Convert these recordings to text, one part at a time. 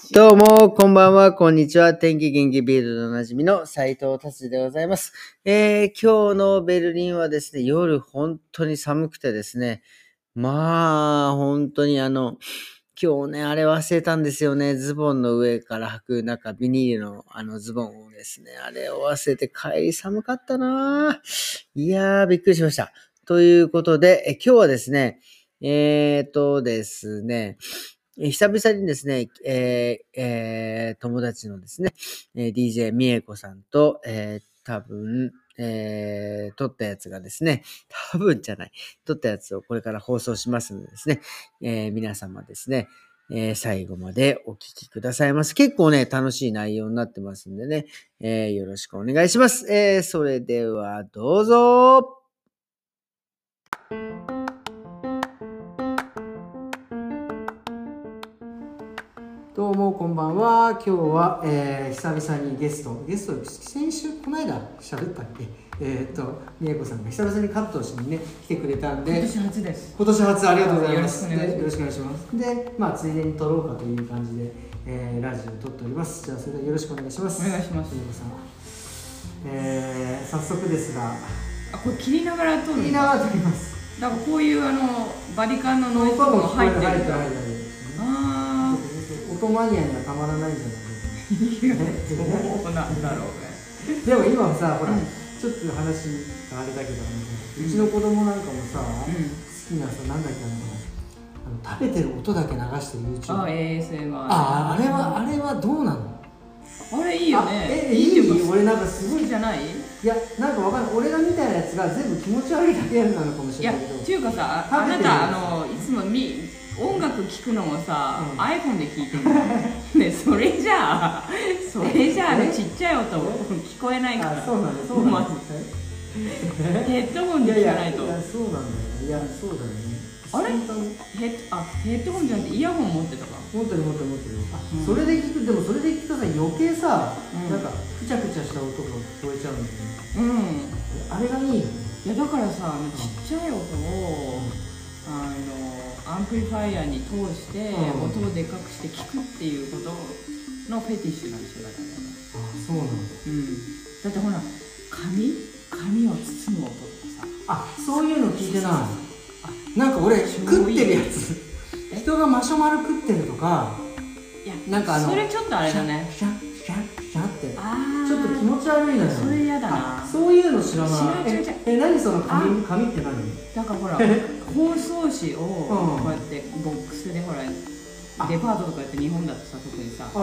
どうも、こんばんは、こんにちは。天気元気ビールでおなじみの斉藤達でございます。今日のベルリンはですね、夜本当に寒くてですね、本当に今日ね、あれ忘れたんですよね。ズボンの上から履く、なんかビニールのズボンをですね、あれを忘れて帰り寒かったなぁ。いやー、びっくりしました。ということで、今日はですね、ですね、久々にですね、友達のですね、DJ みえこさんと、多分、撮ったやつがですね、多分じゃない、撮ったやつをこれから放送しますのでですね、皆様ですね、最後までお聞きくださいます。結構ね、楽しい内容になってますんでね、よろしくお願いします。それではどうぞ。どうもこんばんは。今日は、久々にゲスト、先週この間喋ったっけ、みえこさんが久々にカットしにね来てくれたんで、 今年初です。 今年初、ありがとうございます。 よろしくお願いします。 よろしくお願いします。で、ついでに撮ろうかという感じで、ラジオを撮っております。じゃあそれではよろしくお願いします。 お願いします。 みえこさん、早速ですが、 これ切りながら撮る。 切りながら撮ります。 だからこういうバリカンのノイズも入ってる。 音マニアにはたまらないんじゃないですか。そうなんだろうね。 でも今はさ、ほら、ちょっと話があれだけど、うちの子供なんかもさ、好きなさ、なんだっけ、食べてる音だけ流してる YouTube。 ASMR。 あれはどうなの？ あれいいよね。 いい？俺なんかすごいじゃない？ いや、なんかわかんない。俺が見たやつが全部気持ち悪いだけなのかもしれないけど。 いや、っていうかさ、あなたいつも音楽聴くのもさ、iPhone で聴いてるね。それじゃあちっちゃい音聞こえないから。 そうなんだ。そうなんだ。 ヘッドホンで聴かないと。 いや、そうなんだよ。いや、そうだよね。 あれヘッドホンじゃなくてイヤホン持ってたか？ 持ってる。それで聞く、でもそれで聞くとさ、余計さ、なんかくちゃくちゃした音が聞こえちゃうんだよね。あれがいいよね。 いやだからさ、ちっちゃい音をアンプリファイアに通して音をでかくして聞くっていうことのフェティッシュなんですよ。だからね。 そうなんだ。 だってほら、紙を包む音とかさ。 そういうの聞いてない。なんか俺食ってるやつ、人がマシュマロ食ってるとか、 いや、 なんかそれちょっとあれだね。 シャってちょっと気持ち悪いのよ。 それ嫌だな。 そういうの知らない。何その紙って何？ だからほら、包装紙をこうやってボックスでほら、デパートとかやって日本だとさ、特にさ、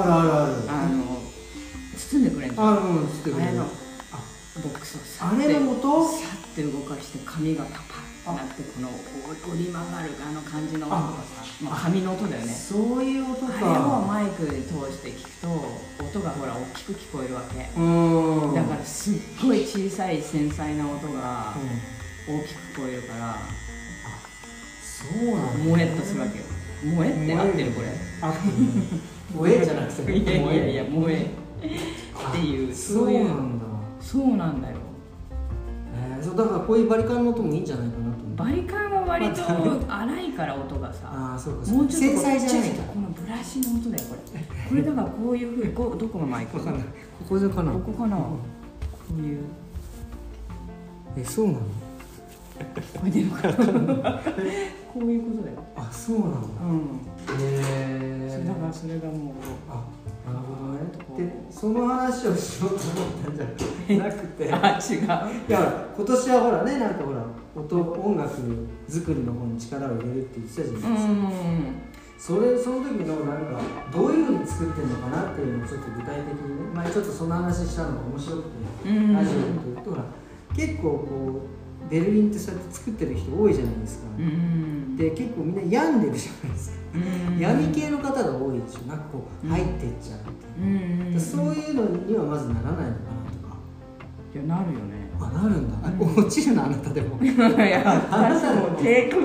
包んでくれんじゃん。あれのボックスをさって動かして紙がパパッなって、この折り曲がる感じの音とかさ、紙の音だよね。 そういう音か。 あれをマイクで通して聞くと音がほら大きく聞こえるわけ。だからすっごい小さい繊細な音が大きく聞こえるから、 そうなんだ。 萌えっとするわけよ。萌えって合ってるこれ？ 萌えじゃなくて、 いや萌えっていう、 そうなんだ。 そうなんだよ。 だからこういうバリカンの音もいいんじゃないかなと思う。 バリカンは割と荒いから音がさ、 そうか。 もうちょっと繊細じゃないか。 このブラシの音だよこれ。これだからこういうふうにどこがマイク？ わかんない。ここかな。 ここかな。こういう。 そうなの？ これでもこういうことだよ。 そうなんだ。 だからそれがもう。 なるほどね。で、その話をしようと思ったんじゃなくて、 違う。いや、今年はほらね、なんかほら、音楽作りの方に力を入れるって言ってたじゃないですか。その時のなんかどういうふうに作ってるのかなっていうのをちょっと具体的にね、前ちょっとその話したのが面白くて、ラジオで言うとほら、結構こうベルリンってそうやって作ってる人多いじゃないですか。で、結構みんな病んでるじゃないですか。闇系の方が多いでしょ。なんかこう入ってっちゃうみたいな。そういうのにはまずならないのかなとか。 いや、なるよね。 なるんだ。落ちるのあなたでも。 いや、私はもう低空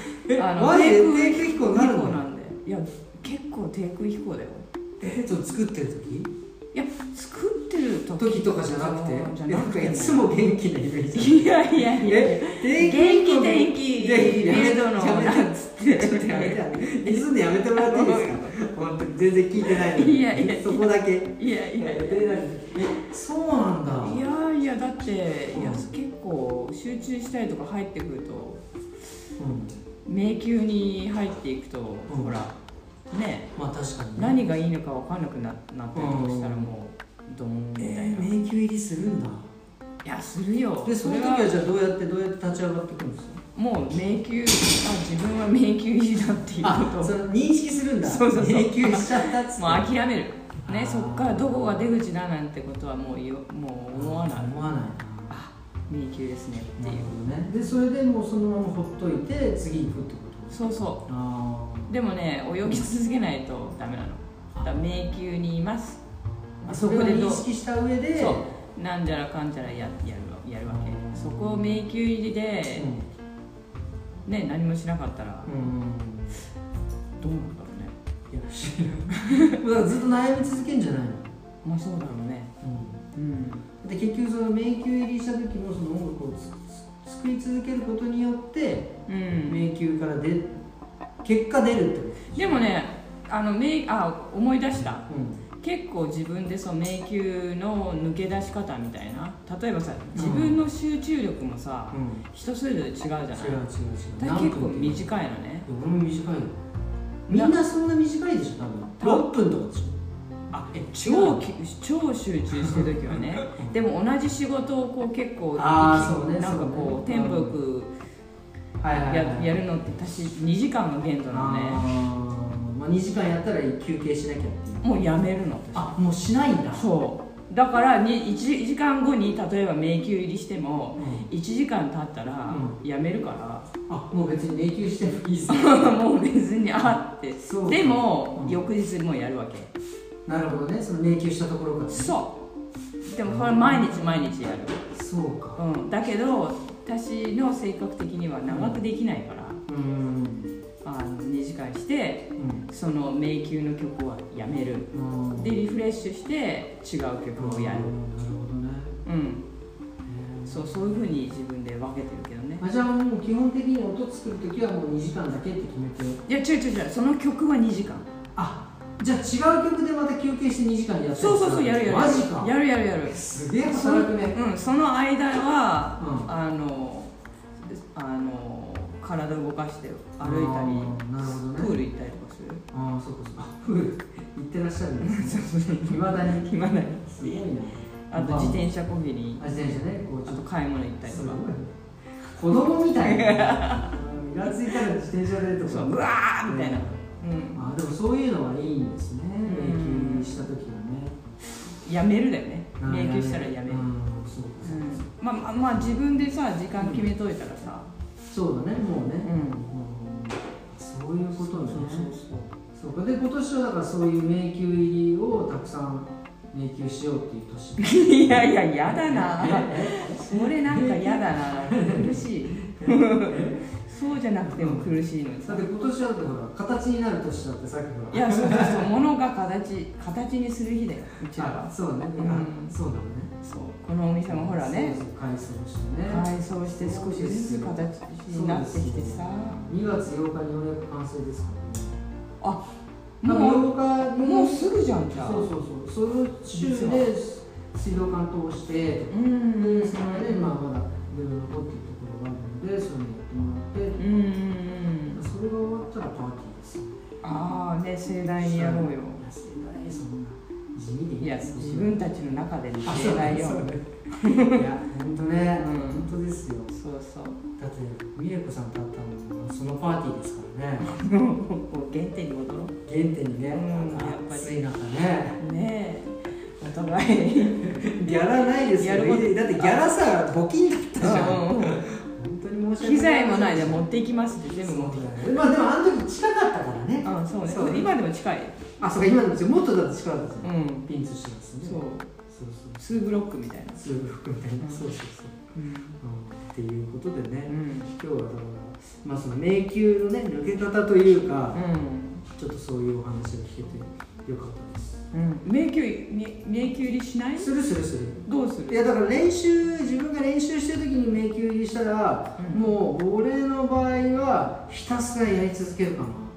飛行なんで。いや、結構低空飛行だよ。 作ってる時？ いや、作ってる時とかじゃなくて、なんかいつも元気なイメージ。 いや元気程度のなんつって。 ちょっとやめてもらっていいですか？本本当に全然聞いてないのに。 いやいやそこだけ。 いやいやいやそうなんだ。 いやいやだって、いや結構集中したりとか入ってくると、迷宮に入っていくと、ほらね、 まあ確かに、 何がいいのか分かんなくなったりとかしたらもうドーンみたいな。 迷宮入りするんだ。 いやするよ。 でその時はじゃあどうやって立ち上がっていくんですか？ もう迷宮、自分は迷宮入りだっていうことをその認識するんだ。 そう迷宮しちゃったっつって。 もう諦めるね。そっからどこが出口だなんてことはもう思わない。 思わない。 迷宮ですねっていうね。でそれでもうそのままほっといて次行くってこと？ そうそう。でもね、泳ぎ続けないとダメなの。だから迷宮にいます。 そこで認識した上で、 そうなんじゃらかんじゃらやるわけ。そこを迷宮入りで、ね、何もしなかったら、どうなんだろうね。 いや不思議だからずっと悩み続けんじゃないの？ まあそうだろうね。 で結局その迷宮入りした時もその音楽を作り続けることによって、迷宮から結果出るってこと。 でもね、思い出した。結構自分でその迷宮の抜け出し方みたいな、例えばさ、自分の集中力もさ、人それぞれ違うじゃない。違う。だから結構短いのね。 俺も短いよ。みんなそんな短いでしょ多分。6分とかでしょ。 超集中してる時はね。でも同じ仕事をこう結構なんかこうテンポよくやるのって私2時間が限度なのね。 2時間やったら休憩しなきゃっていう。 もうやめるの。 もうしないんだ。 そうだから1時間後に例えば迷宮入りしても、1時間経ったらやめるから、 もう別に迷宮してもいいっすね。 もう別にってでも、翌日もうやるわけ。 なるほどね、その迷宮したところから、ね、 そうでもこれ毎日やる。 そうか、 だけど私の性格的には長くできないから、2時間して、その迷宮の曲はやめる、でリフレッシュして違う曲をやる。なるほどね。 そういうふうに自分で分けてるけどね。 じゃあもう基本的に音作るときはもう2時間だけって決めて。 いや違う、その曲は2時間。 じゃあ違う曲でまた休憩して2時間やってる。 そうやる。 マジか。 やる。 すげえ働くね。 その間は、体動かして歩いたり、プール行ったりとかする。 そうか。プール行ってらっしゃるんですね。いまだに。すごいね。 あと自転車こぎに、 自転車ね。 あと買い物行ったりとか。 子供みたいな。イラついたら自転車でとか。 うわーみたいな。 でもそういうのはいいんですね。迷宮した時はね。 やめるだよね。迷宮したらやめる。まあ自分でさ時間決めといたらさ。 そうだね、もうね。そういうことね。そうか。で今年はだからそういう迷宮入りをたくさん迷宮しようっていう年。 いややだな。それなんかやだな。苦しい。そうじゃなくても苦しいのに。 だって今年はほら形になる年だってさっきほら。 いやそう物が形にする日だよ。うちらは。 そうね。そうだね。 そうこのお店もほらね。 改装してね。 改装して少しずつ形になってきてさ。 2月8日にようやく完成ですからね。 もうすぐじゃんじゃあ。 そうその週で水道管通して、その間でまだいろいろ残っているところがあるのでそれにやってもらって、それが終わったらパーティーです。 盛大にやろうよ。 盛大そんな地味でいや自分たちの中で盛大よ。 いや本当ね、本当ですよ。 そうだって美恵子さんと会ったのもそのパーティーですからね。 原点に戻ろう。 原点にね、やっぱり暑い中ね。 お互いギャラないですよ。だってギャラさ募金だったじゃん。本当に申し訳ない。 機材もないで持っていきますって全部持ってきた。 でもあの時近かったからね。 そうね。今でも近い。 そうか今でももっとだって近かったですね。ピンツしてますね。 そう2ブロックみたいな。 2ブロックみたいな。そうっていうことでね、今日はだからその迷宮のね抜け方というか、ちょっとそういうお話が聞けてよかったです。 迷宮入りしない？ する。 どうする？ いやだから自分が練習してる時に迷宮入りしたら、もう俺の場合はひたすらやり続けるかな。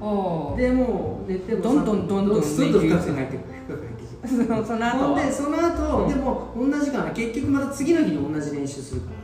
でもう寝てもどんどん深く入ってくる、深く入ってくる。 その後でその後、でも同じかな、結局また次の日に同じ練習するから、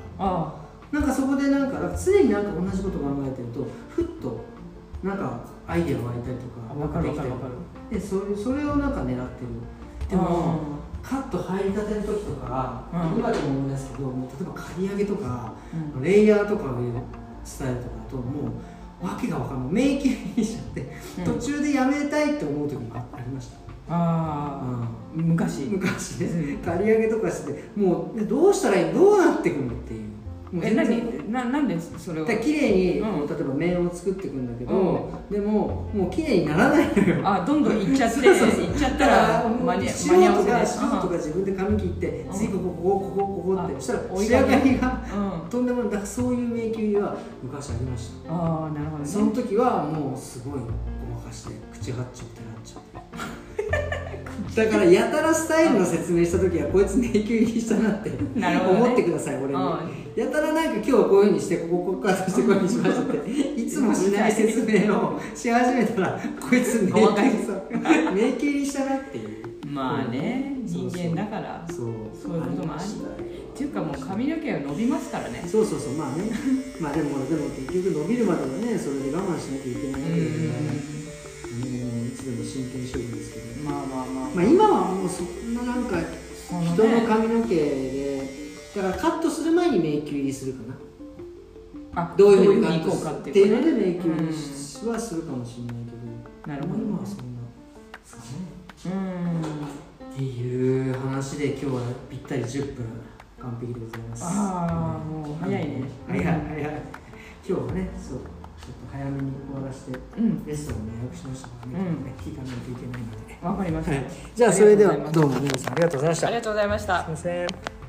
なんかそこでなんか常になんか同じこと考えてるとふっとなんかアイデアが湧いたりとか、 分かる分かる分かる。 でそれをなんか狙ってる。でもカット入りたての時とか、今でも思うんですけど、もう例えば刈り上げとか、レイヤーとかいうスタイルとかだともう訳が分かんない、迷宮にしちゃって、途中でやめたいって思う時もありました。 昔ね、刈り上げとかしてもうどうしたらいい、どうなってくるのっていう。 なんでそれを綺麗に、例えば面を作っていくんだけど、でももう綺麗にならないのよ。 どんどんいっちゃっていっちゃったら間に合わせで素人が自分で髪切って次ここってそしたら仕上がりがとんでもない。だからそういう迷宮は昔ありました。 なるほどね。 その時はもうすごいごまかして口八丁ってなっちゃって。だからやたらスタイルの説明した時はこいつ迷宮入りしたなって思ってください。俺にやたらなんか今日はこういうふうにしてここからしてこういうふうにしましたっていつもしない説明をし始めたらこいつ迷宮入りしたなっていう。 まあね、人間だからそういうこともありっていうか、もう髪の毛は伸びますからね。 そうまあねまあでも結局伸びるまではね、それで我慢しなきゃいけないわけでいつでも真剣勝負ですけど、まあ今はもうそんななんか人の髪の毛で、だからカットする前に迷宮入りするかな。どういうふうにカットするっていうので迷宮入りはするかもしれないけど、 なるほど、 今はそんなですかね。っていう話で今日はぴったり10分完璧でございます。 もう早いね。 早い。今日はね、ちょっと早めに終わらせて、レストランに予約しましたからね、聞かないといけないので。 わかりました。 じゃあそれではどうも皆さんありがとうございました。 ありがとうございました。 すいません。